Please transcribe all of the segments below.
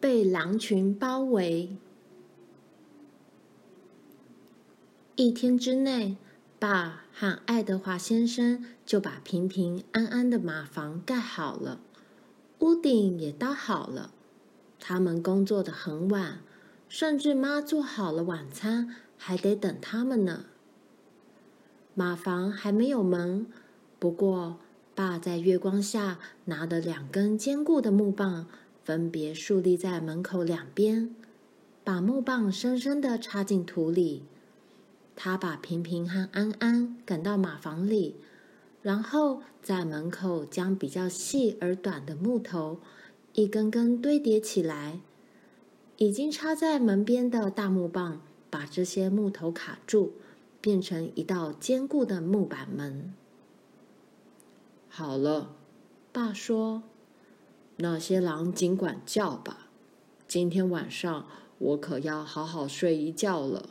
被狼群包围。一天之内，爸和爱德华先生就把平平安安的马房盖好了，屋顶也搭好了。他们工作得很晚，甚至妈做好了晚餐，还得等他们呢。马房还没有门，不过爸在月光下拿了2根坚固的木棒，分别竖立在门口两边，把木棒深深地插进土里。他把平平和安安赶到马房里，然后在门口将比较细而短的木头一根根堆叠起来。已经插在门边的大木棒把这些木头卡住，变成一道坚固的木板门。好了，爸说，那些狼尽管叫吧，今天晚上我可要好好睡一觉了。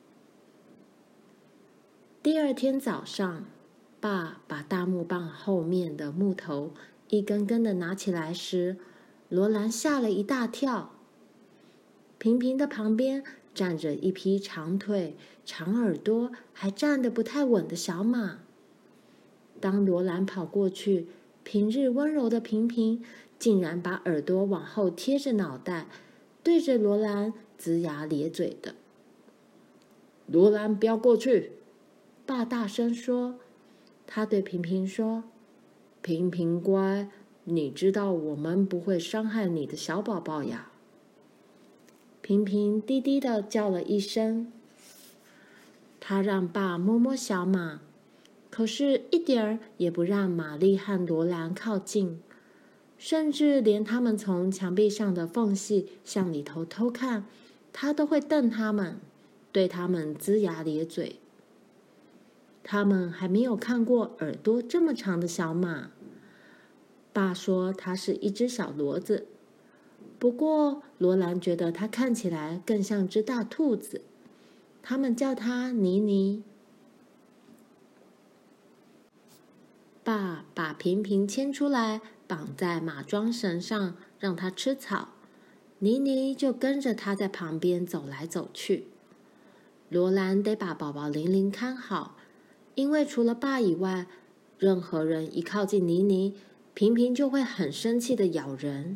第二天早上，爸把大木棒后面的木头一根根的拿起来时，罗兰吓了一大跳。平平的旁边站着一匹长腿、长耳朵，还站得不太稳的小马。当罗兰跑过去，平日温柔的平平竟然把耳朵往后贴着脑袋，对着罗兰龇牙咧嘴的。罗兰，不要过去！爸大声说。他对平平说：“平平乖，你知道我们不会伤害你的小宝宝呀。”平平低低地叫了一声。他让爸摸摸小马，可是一点儿也不让玛丽和罗兰靠近，甚至连他们从墙壁上的缝隙向里头偷看，他都会瞪他们，对他们龇牙咧嘴。他们还没有看过耳朵这么长的小马。爸说它是一只小骡子，不过罗兰觉得它看起来更像只大兔子。他们叫它妮妮。爸把平平牵出来，绑在马桩绳上，让它吃草。妮妮就跟着他在旁边走来走去。罗兰得把宝宝玲玲看好，因为除了爸以外，任何人一靠近妮妮，平平就会很生气地咬人。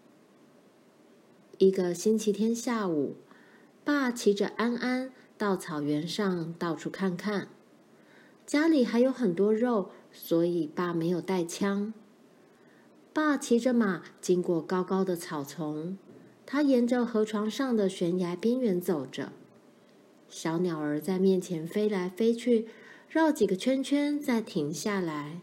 一个星期天下午，爸骑着安安到草原上到处看看。家里还有很多肉，所以爸没有带枪。爸骑着马经过高高的草丛，他沿着河床上的悬崖边缘走着。小鸟儿在面前飞来飞去，绕几个圈圈再停下来。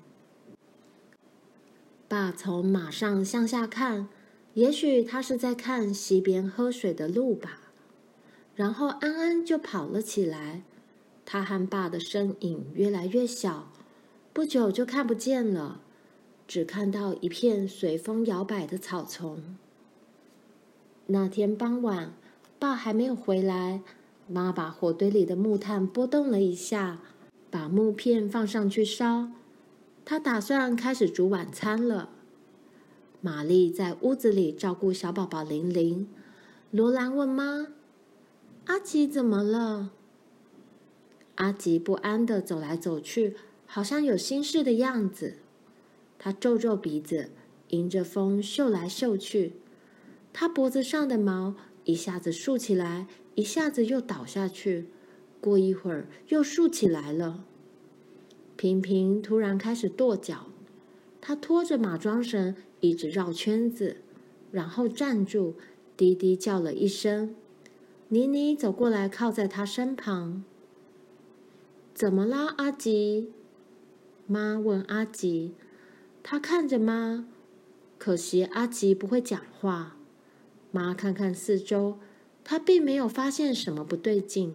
爸从马上向下看，也许他是在看溪边喝水的鹿吧。然后安安就跑了起来，他和爸的身影越来越小，不久就看不见了，只看到一片随风摇摆的草丛。那天傍晚，爸还没有回来，妈把火堆里的木炭拨动了一下，把木片放上去烧。她打算开始煮晚餐了。玛丽在屋子里照顾小宝宝玲玲。罗兰问妈：“阿吉怎么了？”阿吉不安地走来走去，好像有心事的样子。他皱皱鼻子，迎着风嗅来嗅去。他脖子上的毛一下子竖起来，一下子又倒下去，过一会儿又竖起来了。平平突然开始跺脚，他拖着马桩绳一直绕圈子，然后站住，低低叫了一声。妮妮走过来靠在他身旁。怎么啦，阿吉？妈问阿吉。他看着妈，可惜阿吉不会讲话。妈看看四周，她并没有发现什么不对劲。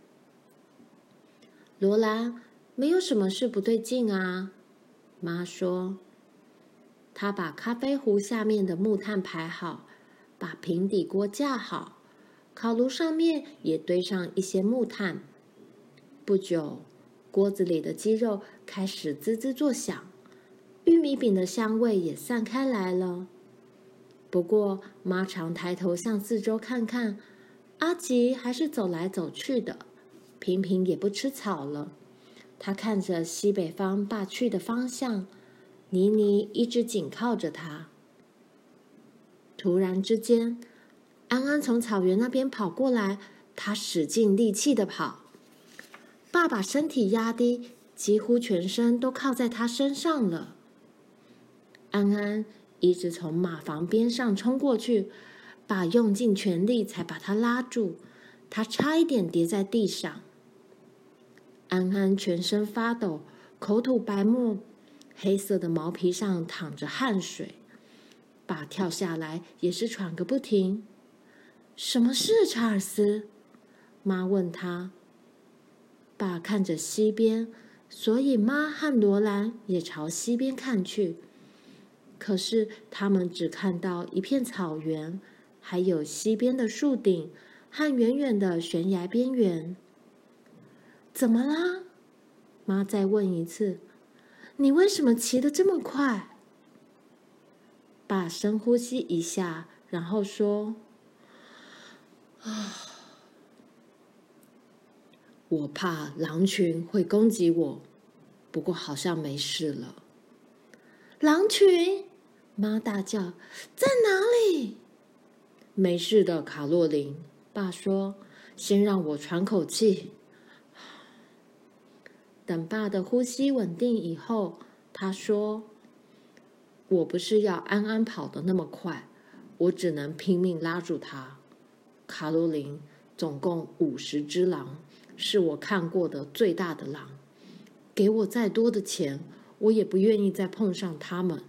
罗兰，没有什么事不对劲啊，妈说。她把咖啡壶下面的木炭排好，把平底锅架好，烤炉上面也堆上一些木炭。不久，锅子里的鸡肉开始滋滋作响，玉米饼的香味也散开来了。 不过妈常抬头向四周看看，阿吉还是走来走去的。平平也不吃草了，他看着西北方爸去的方向，妮妮一直紧靠着他。突然之间，安安从草原那边跑过来，他使尽力气的跑。爸把身体压低，几乎全身都靠在他身上了。安安一直从马房边上冲过去，爸用尽全力才把他拉住，他差一点跌在地上。安安全身发抖，口吐白沫，黑色的毛皮上淌着汗水。爸跳下来也是喘个不停。什么事，查尔斯？妈问他。爸看着西边，所以妈和罗兰也朝西边看去。可是他们只看到一片草原，还有西边的树顶和远远的悬崖边缘。怎么啦？妈再问一次，你为什么骑得这么快？爸深呼吸一下，然后说：我怕狼群会攻击我，不过好像没事了。狼群！妈大叫，在哪里？没事的，卡洛琳，爸说，先让我喘口气。等爸的呼吸稳定以后，他说：我不是要安安跑得那么快，我只能拼命拉住他。卡洛琳，总共50只狼，是我看过的最大的狼。给我再多的钱，我也不愿意再碰上他们。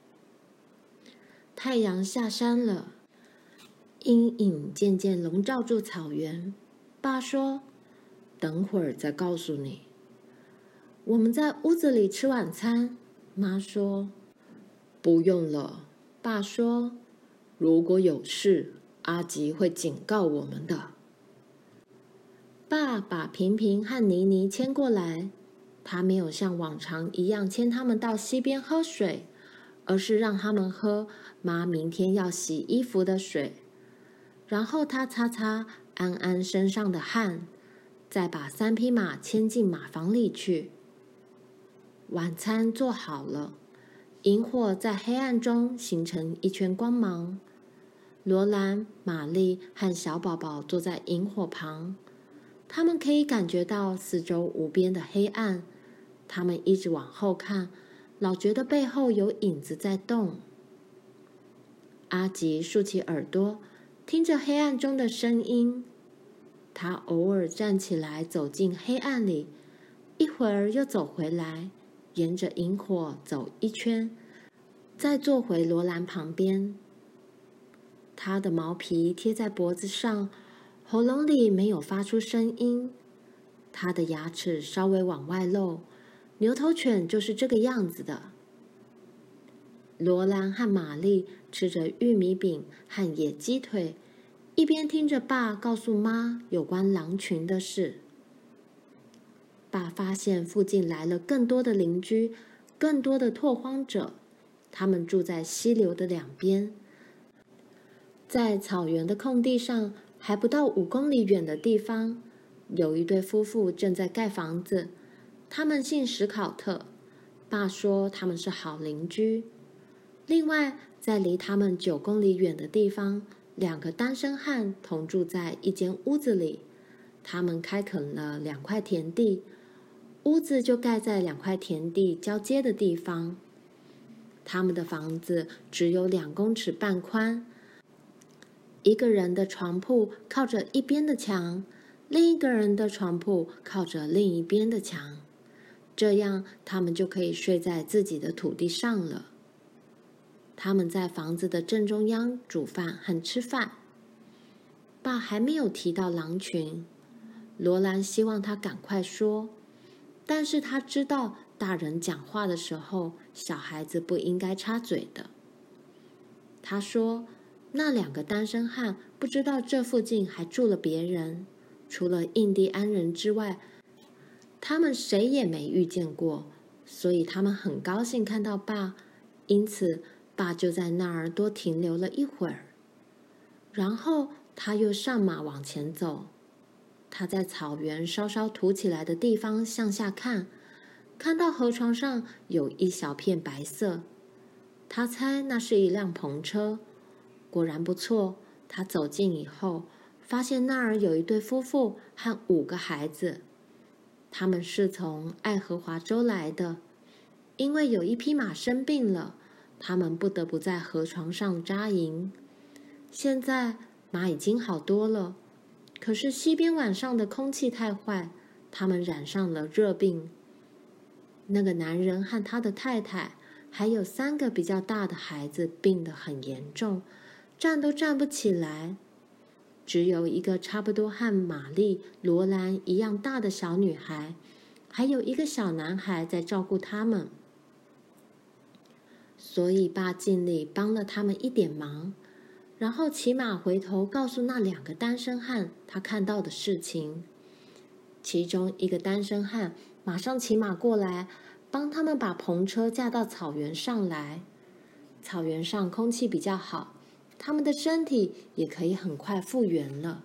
太阳下山了，阴影渐渐笼罩住草原。爸说：等会儿再告诉你。我们在屋子里吃晚餐，妈说。不用了，爸说，如果有事，阿吉会警告我们的。爸把平平和妮妮牵过来，他没有像往常一样牵他们到溪边喝水，而是让他们喝妈明天要洗衣服的水。然后他擦擦安安身上的汗，再把3匹马牵进马房里去。晚餐做好了，萤火在黑暗中形成一圈光芒。罗兰、玛丽和小宝宝坐在萤火旁，他们可以感觉到四周无边的黑暗。他们一直往后看，老觉得背后有影子在动。阿吉竖起耳朵，听着黑暗中的声音。他偶尔站起来走进黑暗里，一会儿又走回来，沿着萤火走一圈，再坐回罗兰旁边。他的毛皮贴在脖子上，喉咙里没有发出声音。他的牙齿稍微往外露，牛头犬就是这个样子的。罗兰和玛丽吃着玉米饼和野鸡腿，一边听着爸告诉妈有关狼群的事。爸发现附近来了更多的邻居，更多的拓荒者，他们住在溪流的两边。在草原的空地上，还不到5公里远的地方，有一对夫妇正在盖房子。他们姓史考特，爸说他们是好邻居。另外，在离他们9公里远的地方，2个单身汉同住在一间屋子里。他们开垦了2块田地，屋子就盖在2块田地交接的地方。他们的房子只有2公尺半宽，一个人的床铺靠着一边的墙，另一个人的床铺靠着另一边的墙，这样他们就可以睡在自己的土地上了。他们在房子的正中央煮饭和吃饭。爸还没有提到狼群，罗兰希望他赶快说，但是他知道大人讲话的时候，小孩子不应该插嘴的。他说，那2个单身汉不知道这附近还住了别人，除了印第安人之外，他们谁也没遇见过，所以他们很高兴看到爸，因此爸就在那儿多停留了一会儿，然后他又上马往前走。他在草原稍稍凸起来的地方向下看，看到河床上有一小片白色，他猜那是一辆篷车。果然不错，他走近以后，发现那儿有一对夫妇和5个孩子，他们是从爱荷华州来的。因为有一匹马生病了，他们不得不在河床上扎营。现在马已经好多了，可是西边晚上的空气太坏，他们染上了热病。那个男人和他的太太还有3个比较大的孩子病得很严重，站都站不起来。只有一个差不多和玛丽、罗兰一样大的小女孩，还有一个小男孩在照顾他们。所以爸尽力帮了他们一点忙，然后骑马回头告诉那2个单身汉他看到的事情。其中一个单身汉马上骑马过来，帮他们把篷车架到草原上来。草原上空气比较好，他们的身体也可以很快复原了。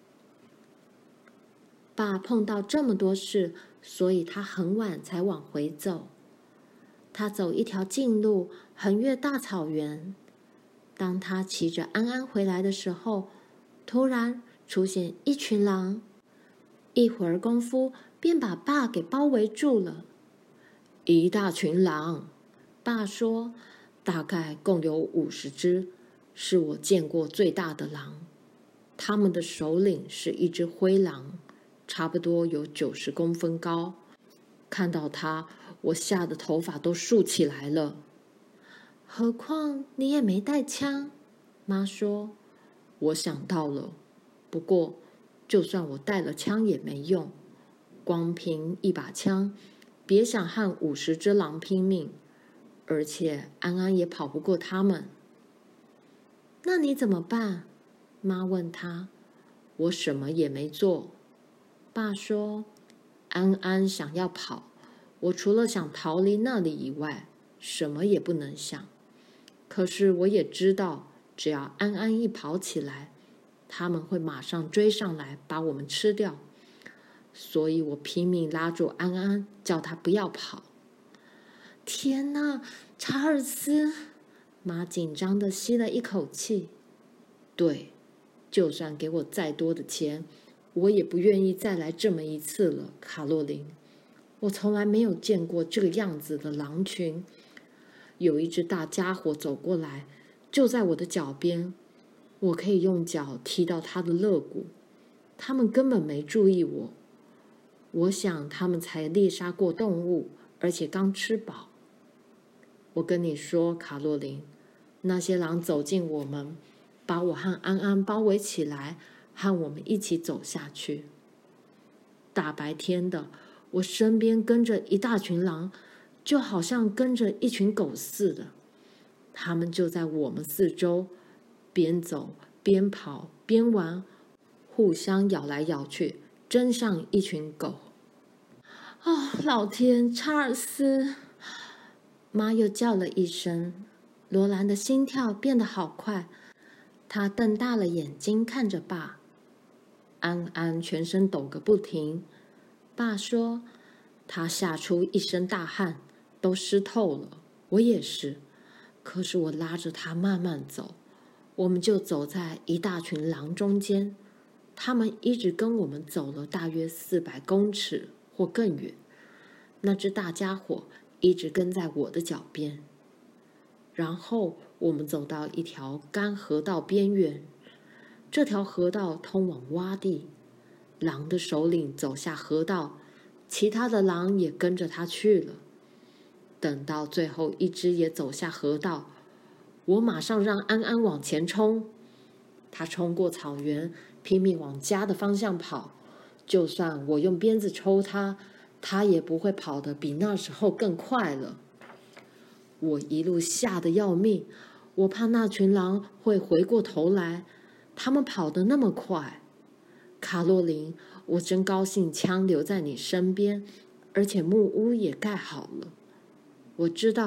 爸碰到这么多事，所以他很晚才往回走。他走一条近路，横越大草原。当他骑着安安回来的时候，突然出现一群狼，一会儿功夫便把爸给包围住了。一大群狼，爸说，大概共有50只，是我见过最大的狼。他们的首领是一只灰狼，差不多有90公分高。看到他，我吓得头发都竖起来了。何况你也没带枪，妈说。我想到了，不过就算我带了枪也没用，光凭一把枪，别想和50只狼拼命，而且安安也跑不过他们。那你怎么办？妈问他。我什么也没做。爸说，安安想要跑，我除了想逃离那里以外，什么也不能想。可是我也知道，只要安安一跑起来，他们会马上追上来把我们吃掉。所以我拼命拉住安安，叫他不要跑。天哪，查尔斯！妈紧张地吸了一口气。对，就算给我再多的钱，我也不愿意再来这么一次了，卡洛琳。我从来没有见过这个样子的狼群。有一只大家伙走过来，就在我的脚边，我可以用脚踢到他的肋骨。他们根本没注意我。我想他们才猎杀过动物，而且刚吃饱。我跟你说，卡洛琳，那些狼走近我们，把我和安安包围起来，和我们一起走下去。大白天的，我身边跟着一大群狼，就好像跟着一群狗似的。他们就在我们四周，边走边跑边玩，互相咬来咬去，真像一群狗。哦，老天，查尔斯！妈又叫了一声。罗兰的心跳变得好快，他瞪大了眼睛看着爸。安安全身抖个不停。爸说，他吓出一身大汗，都湿透了。我也是，可是我拉着他慢慢走，我们就走在一大群狼中间。他们一直跟我们走了大约400公尺或更远。那只大家伙一直跟在我的脚边。然后我们走到一条干河道边缘，这条河道通往洼地。狼的首领走下河道，其他的狼也跟着他去了。等到最后一只也走下河道，我马上让安安往前冲。他冲过草原，拼命往家的方向跑。就算我用鞭子抽他，他也不会跑得比那时候更快了。我一路吓得要命，我怕那群狼会回过头来，他们跑得那么快。卡洛琳，我真高兴枪留在你身边，而且木屋也盖好了。我知道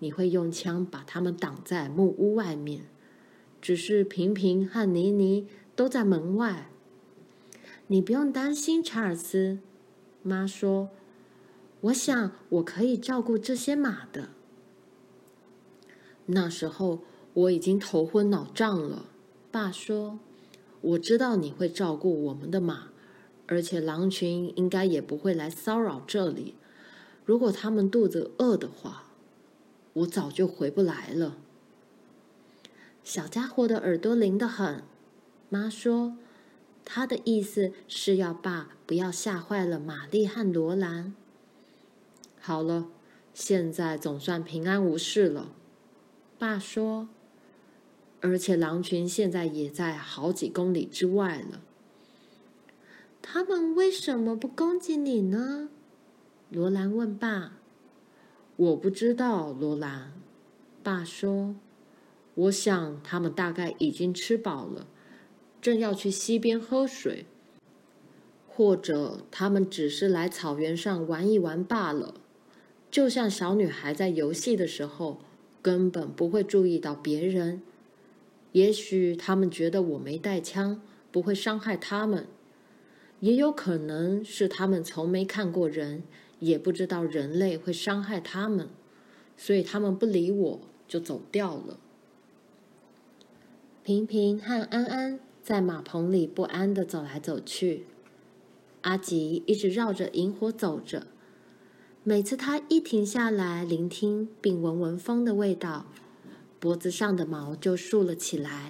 你会用枪把他们挡在木屋外面，只是平平和妮妮都在门外。你不用担心，查尔斯，妈说，我想我可以照顾这些马的。那时候我已经头昏脑胀了，爸说，我知道你会照顾我们的马，而且狼群应该也不会来骚扰这里。如果他们肚子饿的话，我早就回不来了。小家伙的耳朵灵得很，妈说，他的意思是要爸不要吓坏了玛丽和罗兰。好了，现在总算平安无事了，爸说，而且狼群现在也在好几公里之外了。他们为什么不攻击你呢？罗兰问爸。我不知道，罗兰，爸说，我想他们大概已经吃饱了，正要去溪边喝水，或者他们只是来草原上玩一玩罢了，就像小女孩在游戏的时候根本不会注意到别人。也许他们觉得我没带枪，不会伤害他们，也有可能是他们从没看过人，也不知道人类会伤害他们，所以他们不理我就走掉了。平平和安安在马棚里不安地走来走去，阿吉一直绕着萤火走着，每次他一停下来聆听并闻闻风的味道，脖子上的毛就竖了起来。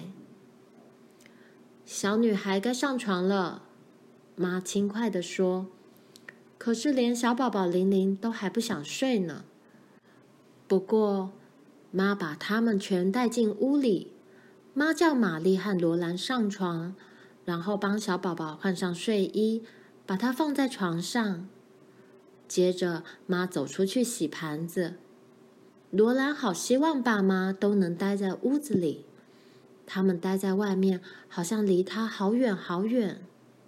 小女孩该上床了，妈轻快地说，可是连小宝宝玲玲都还不想睡呢。不过妈把他们全带进屋里，妈叫玛丽和罗兰上床，然后帮小宝宝换上睡衣，把它放在床上。接着妈走出去洗盘子。罗兰好希望爸妈都能待在屋子里，他们待在外面好像离他好远好远。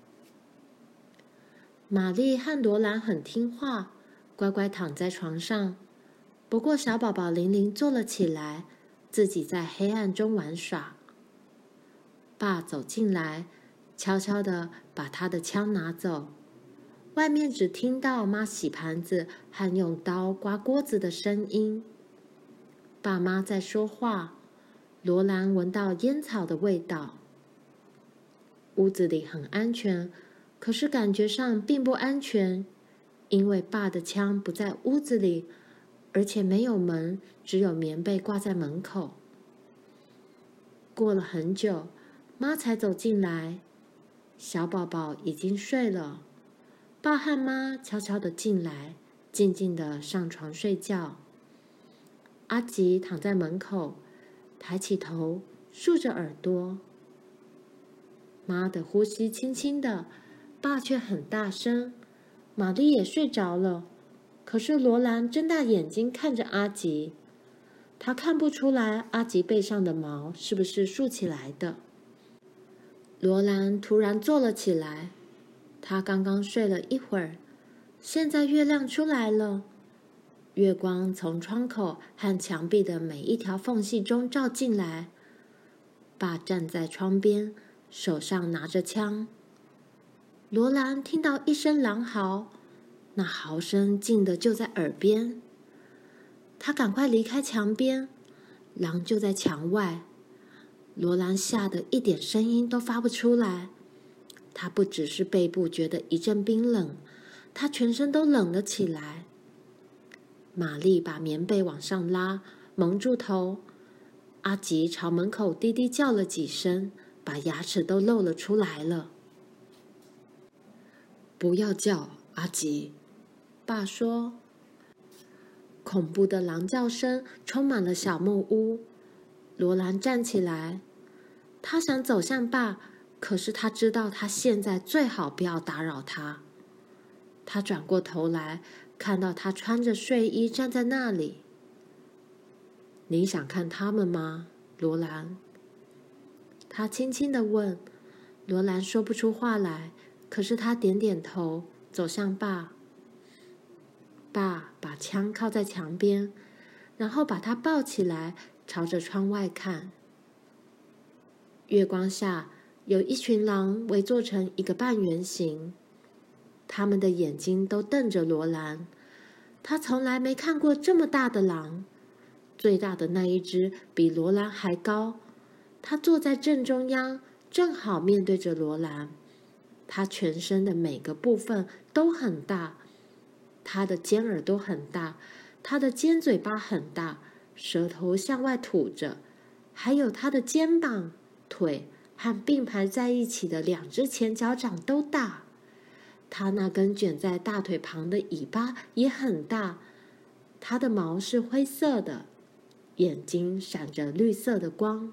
玛丽和罗兰很听话，乖乖躺在床上。不过小宝宝玲玲坐了起来，自己在黑暗中玩耍。爸走进来，悄悄地把他的枪拿走。外面只听到妈洗盘子和用刀刮锅子的声音。爸妈在说话，罗兰闻到烟草的味道。屋子里很安全，可是感觉上并不安全，因为爸的枪不在屋子里，而且没有门，只有棉被挂在门口。过了很久，妈才走进来，小宝宝已经睡了。爸和妈悄悄地进来，静静地上床睡觉。阿吉躺在门口，抬起头，竖着耳朵。妈的呼吸轻轻的，爸却很大声。玛丽也睡着了，可是罗兰睁大眼睛看着阿吉，他看不出来阿吉背上的毛是不是竖起来的。罗兰突然坐了起来，他刚刚睡了一会儿，现在月亮出来了，月光从窗口和墙壁的每一条缝隙中照进来。爸站在窗边，手上拿着枪。罗兰听到一声狼嚎，那嚎声近的就在耳边。他赶快离开墙边，狼就在墙外。罗兰吓得一点声音都发不出来。他不只是背部觉得一阵冰冷，他全身都冷了起来。玛丽把棉被往上拉，蒙住头。阿吉朝门口低低叫了几声，把牙齿都露了出来了。不要叫，阿吉，爸说。恐怖的狼叫声充满了小木屋。罗兰站起来，他想走向爸，可是他知道他现在最好不要打扰他。他转过头来，看到他穿着睡衣站在那里。你想看他们吗，罗兰？他轻轻地问。罗兰说不出话来，可是他点点头，走向爸。爸把枪靠在墙边， 然后把他抱起来，朝着窗外看。月光下，有一群狼围坐成一个半圆形，他们的眼睛都瞪着罗兰。他从来没看过这么大的狼，最大的那一只比罗兰还高。他坐在正中央，正好面对着罗兰。他全身的每个部分都很大，他的尖耳朵很大，他的尖嘴巴很大，舌头向外吐着，还有他的肩膀、腿和并排在一起的2只前脚掌都大。他那根卷在大腿旁的尾巴也很大，他的毛是灰色的，眼睛闪着绿色的光。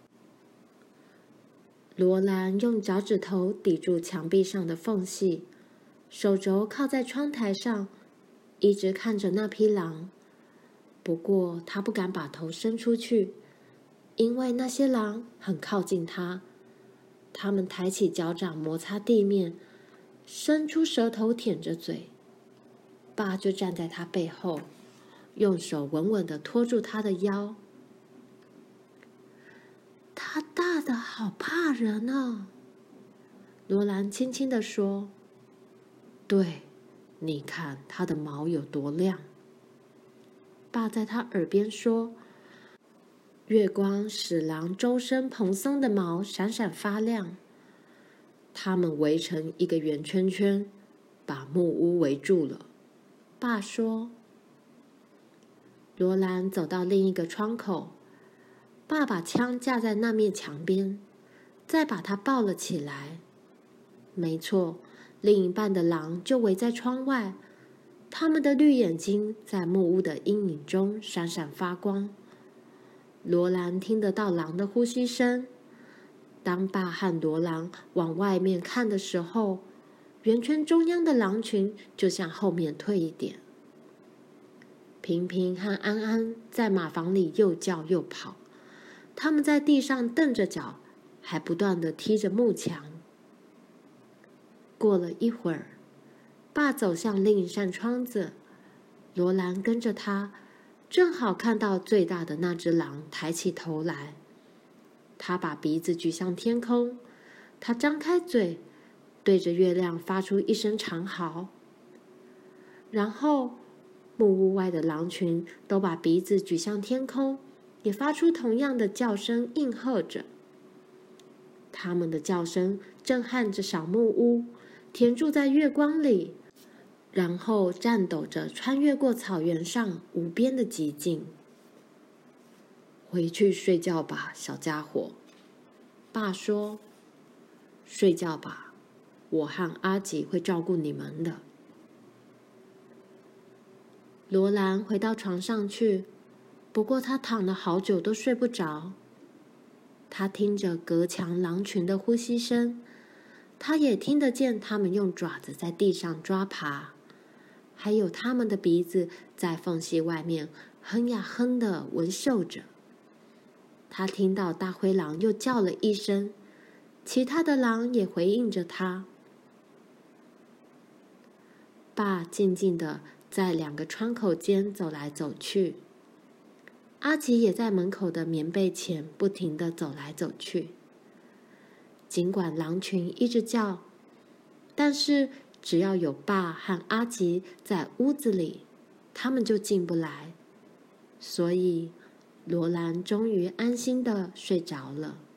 罗兰用脚趾头抵住墙壁上的缝隙，手肘靠在窗台上，一直看着那匹狼。不过他不敢把头伸出去，因为那些狼很靠近他。他们抬起脚掌摩擦地面，伸出舌头舔着嘴。爸就站在他背后，用手稳稳地托住他的腰。他大得好怕人哦，罗兰轻轻地说。对，你看他的毛有多亮。爸在他耳边说。月光使狼周身蓬松的毛闪闪发亮。他们围成一个圆圈圈，把木屋围住了。爸说。罗兰走到另一个窗口，爸把枪架在那面墙边，再把它抱了起来。没错，另一半的狼就围在窗外，他们的绿眼睛在木屋的阴影中闪闪发光。罗兰听得到狼的呼吸声。当爸和罗兰往外面看的时候，圆圈中央的狼群就向后面退一点。平平和安安在马房里又叫又跑，他们在地上蹬着脚，还不断地踢着木墙。过了一会儿，爸走向另一扇窗子，罗兰跟着他，正好看到最大的那只狼抬起头来。他把鼻子举向天空，他张开嘴，对着月亮发出一声长嚎。然后木屋外的狼群都把鼻子举向天空，也发出同样的叫声应和着。他们的叫声震撼着小木屋，填住在月光里，然后颤抖着穿越过草原上无边的寂静。回去睡觉吧，小家伙，爸说。睡觉吧，我和阿吉会照顾你们的。罗兰回到床上去，不过他躺了好久都睡不着。他听着隔墙狼群的呼吸声，他也听得见他们用爪子在地上抓爬，还有他们的鼻子在缝隙外面哼呀哼地闻嗅着。他听到大灰狼又叫了一声，其他的狼也回应着他。爸静静地在2个窗口间走来走去，阿吉也在门口的棉被前不停地走来走去。尽管狼群一直叫，但是只要有爸和阿吉在屋子里，他们就进不来。所以罗兰终于安心地睡着了。